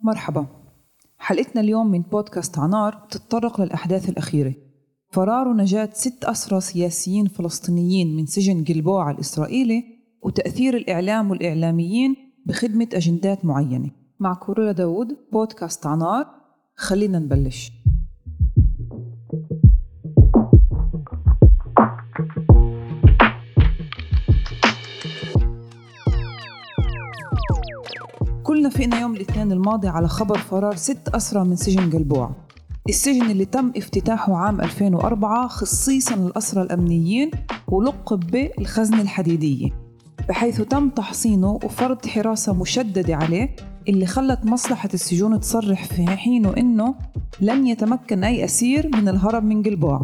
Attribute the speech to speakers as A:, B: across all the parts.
A: مرحبا. حلقتنا اليوم من بودكاست عنار تتطرق للأحداث الأخيرة، فرار ونجاة 6 أسرى سياسيين فلسطينيين من سجن جلبوع الإسرائيلي، وتأثير الإعلام والإعلاميين بخدمة أجندات معينة. مع كورولا داود، بودكاست عنار. خلينا نبلش. كلنا فقنا يوم الاثنين الماضي على خبر فرار 6 أسرى من سجن جلبوع، السجن اللي تم افتتاحه عام 2004 خصيصاً للأسرى الأمنيين، ولقب بالخزنة الحديدية، بحيث تم تحصينه وفرض حراسة مشددة عليه، اللي خلت مصلحة السجون تصرح في حينه إنه لن يتمكن أي أسير من الهرب من جلبوع.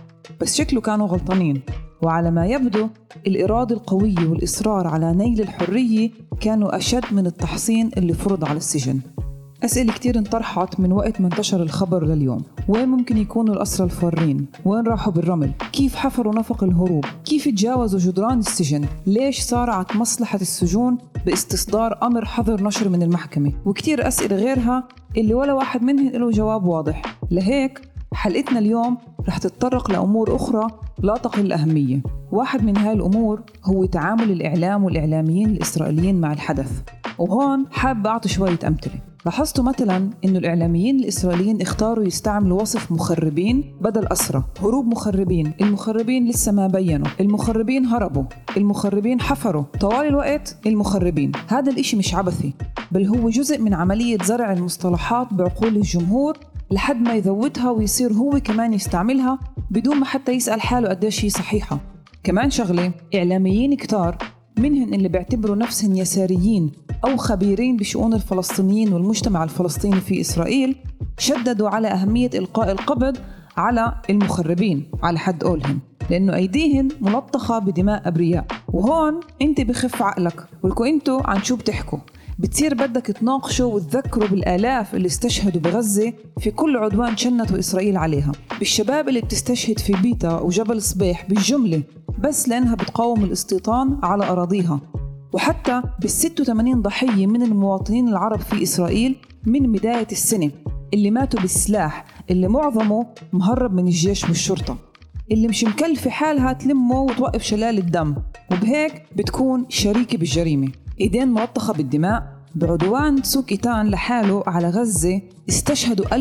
A: بس شكله كانوا غلطانين، وعلى ما يبدو الإرادة القوية والإصرار على نيل الحرية كانوا أشد من التحصين اللي فرض على السجن. أسئلة كتير انطرحت من وقت ما انتشر الخبر لليوم. وين ممكن يكونوا الأسرى الفارين؟ وين راحوا بالرمل؟ كيف حفروا نفق الهروب؟ كيف تجاوزوا جدران السجن؟ ليش صارعت مصلحة السجون باستصدار أمر حظر نشر من المحكمة؟ وكتير أسئلة غيرها اللي ولا واحد منهم له جواب واضح. لهيك حلقتنا اليوم رح تتطرق لأمور أخرى لا تقل أهمية. واحد من هاي الأمور هو تعامل الإعلام والإعلاميين الإسرائيليين مع الحدث، وهون حاب أعطي شوية أمثلة. لاحظتوا مثلاً إنه الإعلاميين الإسرائيليين اختاروا يستعملوا وصف مخربين بدل أسرى. هروب مخربين، المخربين لسه ما بينوا، المخربين هربوا، المخربين حفروا، طوال الوقت المخربين. هذا الإشي مش عبثي، بل هو جزء من عملية زرع المصطلحات بعقول الجمهور لحد ما يذوتها ويصير هو كمان يستعملها بدون ما حتى يسأل حاله قديش هي صحيحة. كمان شغلة، إعلاميين كتار منهم اللي بيعتبروا نفسهم يساريين أو خبيرين بشؤون الفلسطينيين والمجتمع الفلسطيني في إسرائيل شددوا على أهمية إلقاء القبض على المخربين على حد قولهم، لأنه أيديهم ملطخة بدماء أبرياء. وهون أنت بخف عقلك ولكو أنتوا عن شو بتحكوا، بتصير بدك تناقشوا وتذكروا بالآلاف اللي استشهدوا بغزة في كل عدوان شنته إسرائيل عليها، بالشباب اللي بتستشهد في بيتا وجبل صبيح بالجملة بس لأنها بتقاوم الاستيطان على أراضيها، وحتى بال86 ضحية من المواطنين العرب في إسرائيل من بداية السنة اللي ماتوا بالسلاح، اللي معظمه مهرب من الجيش والشرطة، اللي مش مكلفة حالها تلمه وتوقف شلال الدم، وبهيك بتكون شريكة بالجريمة. إيدين ملطخة بالدماء. بعدوان سوق إيتان لحاله على غزة استشهدوا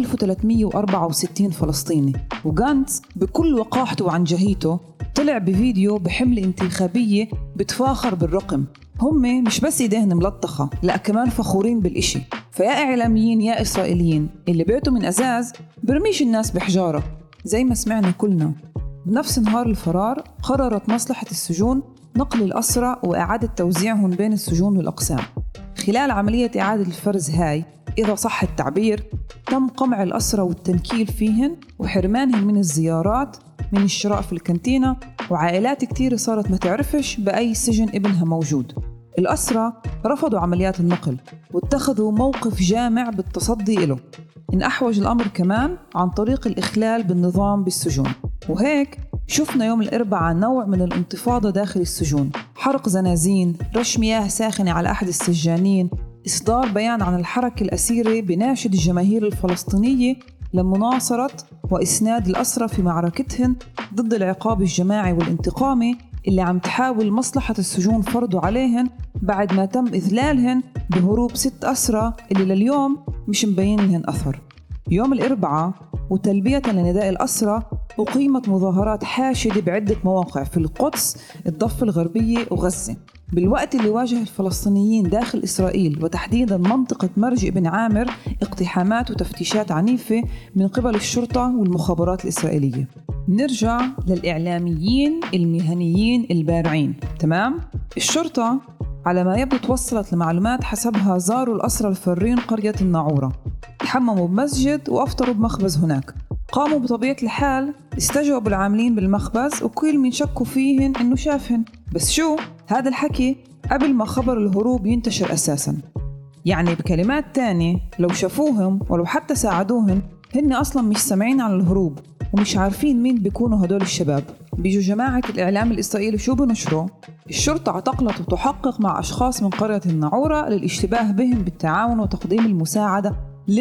A: 1364 فلسطيني، وغانتس بكل وقاحته وعنجهيته طلع بفيديو بحملة انتخابية بتفاخر بالرقم. هم مش بس إيديهم ملطخة، لا كمان فخورين بالإشي. فيا إعلاميين يا إسرائيليين اللي بيعتوا من أزاز برميش الناس بحجارة. زي ما سمعنا كلنا، بنفس نهار الفرار قررت مصلحة السجون نقل الأسرى وإعادة توزيعهم بين السجون والأقسام. خلال عملية إعادة الفرز هاي، إذا صح التعبير، تم قمع الأسرى والتنكيل فيهن وحرمانهم من الزيارات، من الشراء في الكانتينة، وعائلات كتير صارت ما تعرفش بأي سجن ابنها موجود. الأسرى رفضوا عمليات النقل واتخذوا موقف جامع بالتصدي له، إن أحوج الأمر كمان عن طريق الإخلال بالنظام بالسجون. وهيك شفنا يوم الأربعاء نوع من الانتفاضة داخل السجون، حرق زنازين، رش مياه ساخنة على أحد السجانين، إصدار بيان عن الحركة الأسيرة بناشد الجماهير الفلسطينية لمناصرة وإسناد الأسرى في معركتهن ضد العقاب الجماعي والانتقامي اللي عم تحاول مصلحة السجون فرضه عليهن بعد ما تم إذلالهن بهروب 6 أسرى اللي لليوم مش مبين لهن أثر. يوم الأربعاء وتلبية لنداء الأسرى أقيمت مظاهرات حاشدة بعدة مواقع في القدس، الضفة الغربية وغزة، بالوقت اللي واجه الفلسطينيين داخل إسرائيل وتحديداً منطقة مرج ابن عامر اقتحامات وتفتيشات عنيفة من قبل الشرطة والمخابرات الإسرائيلية. نرجع للإعلاميين المهنيين البارعين. تمام؟ الشرطة على ما يبدو توصلت لمعلومات حسبها زاروا الأسرى الفارين قرية الناعورة، تحمموا بمسجد وأفطروا بمخبز هناك. قاموا بطبيعة الحال استجوبوا العاملين بالمخبز وكل من شكوا فيهن إنه شافهن. بس شو هذا الحكي قبل ما خبر الهروب ينتشر أساساً. يعني بكلمات تانية، لو شافوهم ولو حتى ساعدوهن، هن أصلاً مش سامعين عن الهروب ومش عارفين مين بيكونوا هدول الشباب. بيجوا جماعة الإعلام الإسرائيلي شو بنشروا؟ الشرطة اعتقلت وتحقق مع أشخاص من قرية الناعورة للاشتباه بهم بالتعاون وتقديم المساعدة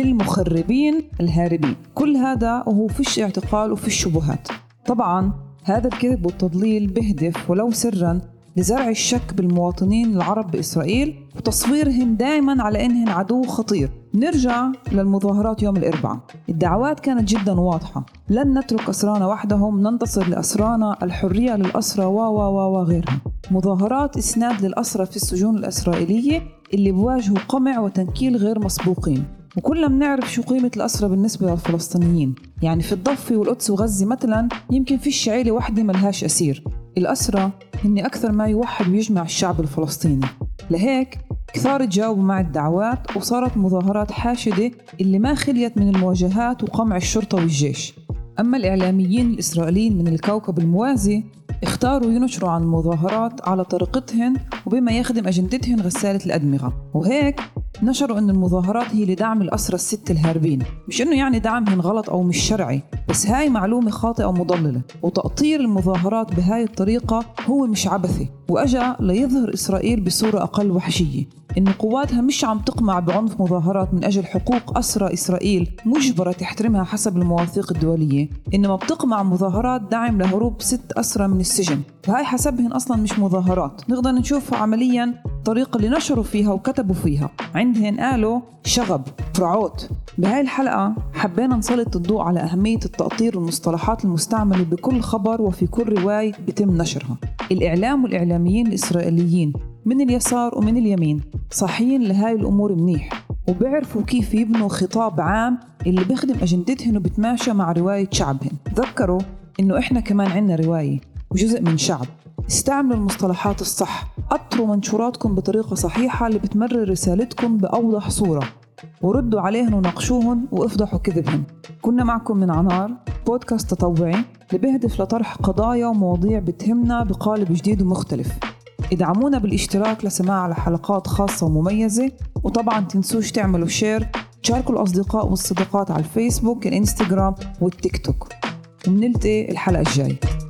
A: للمخربين الهاربين. كل هذا وهو فيش اعتقال وفيش شبهات. طبعاً هذا الكذب والتضليل بهدف ولو سراً لزرع الشك بالمواطنين العرب بإسرائيل وتصويرهم دائماً على إنهن عدو خطير. نرجع للمظاهرات يوم الأربعاء. الدعوات كانت جداً واضحة: لن نترك أسرانا وحدهم، ننتصر لأسرانا، الحرية للأسرى وغيرها. مظاهرات إسناد للأسرى في السجون الإسرائيلية اللي بواجهوا قمع وتنكيل غير مسبوقين. وكلنا بنعرف شو قيمة الأسرى بالنسبة للفلسطينيين. يعني في الضفة والقدس وغزة مثلاً يمكن فيش عائلة واحدة ملهاش أسير. الأسرى هن أكثر ما يوحد ويجمع الشعب الفلسطيني. لهيك كثار تجاوبوا مع الدعوات وصارت مظاهرات حاشدة اللي ما خليت من المواجهات وقمع الشرطة والجيش. أما الإعلاميين الإسرائيليين من الكوكب الموازي اختاروا ينشروا عن المظاهرات على طريقتهن وبما يخدم أجندتهن غسالة الأدمغة، وهيك نشروا أن المظاهرات هي لدعم الأسرى الست الهاربين. مش أنه يعني دعمهن غلط أو مش شرعي، بس هاي معلومة خاطئة ومضللة. وتأطير المظاهرات بهاي الطريقة هو مش عبثي، وأجا ليظهر إسرائيل بصورة أقل وحشية إن قواتها مش عم تقمع بعنف مظاهرات من أجل حقوق أسرى إسرائيل مجبرة تحترمها حسب المواثيق الدولية، إنما بتقمع مظاهرات دعم لهروب 6 أسرى من السجن. فهاي حسبهن أصلاً مش مظاهرات، نقدر نشوف عملياً الطريقة اللي نشروا فيها وكتبوا فيها. عندهن قالوا شغب فرعوت. بهاي الحلقة حبينا نسلط الضوء على أهمية التأطير والمصطلحات المستعملة بكل خبر وفي كل رواية بتم نشرها. الإعلام والإعلاميين الإسرائيليين من اليسار ومن اليمين صاحيين لهاي الأمور منيح، وبيعرفوا كيف يبنوا خطاب عام اللي بيخدم أجندتهن وبتماشى مع رواية شعبهن. ذكروا إنه إحنا كمان عنا رواية وجزء من شعب. استعملوا المصطلحات الصح، أطروا منشوراتكم بطريقة صحيحة اللي بتمرر رسالتكم بأوضح صورة، وردوا عليهن وناقشوهن وافضحوا كذبهن. كنا معكم من عنار، بودكاست تطوعي اللي بيهدف لطرح قضايا ومواضيع بتهمنا بقالب جديد ومختلف. ادعمونا بالاشتراك لسماع على حلقات خاصة ومميزة، وطبعا تنسوش تعملوا شير، تشاركوا الأصدقاء والصديقات على الفيسبوك، الانستغرام والتيك توك. ومنلتقي الحلقة الجاي.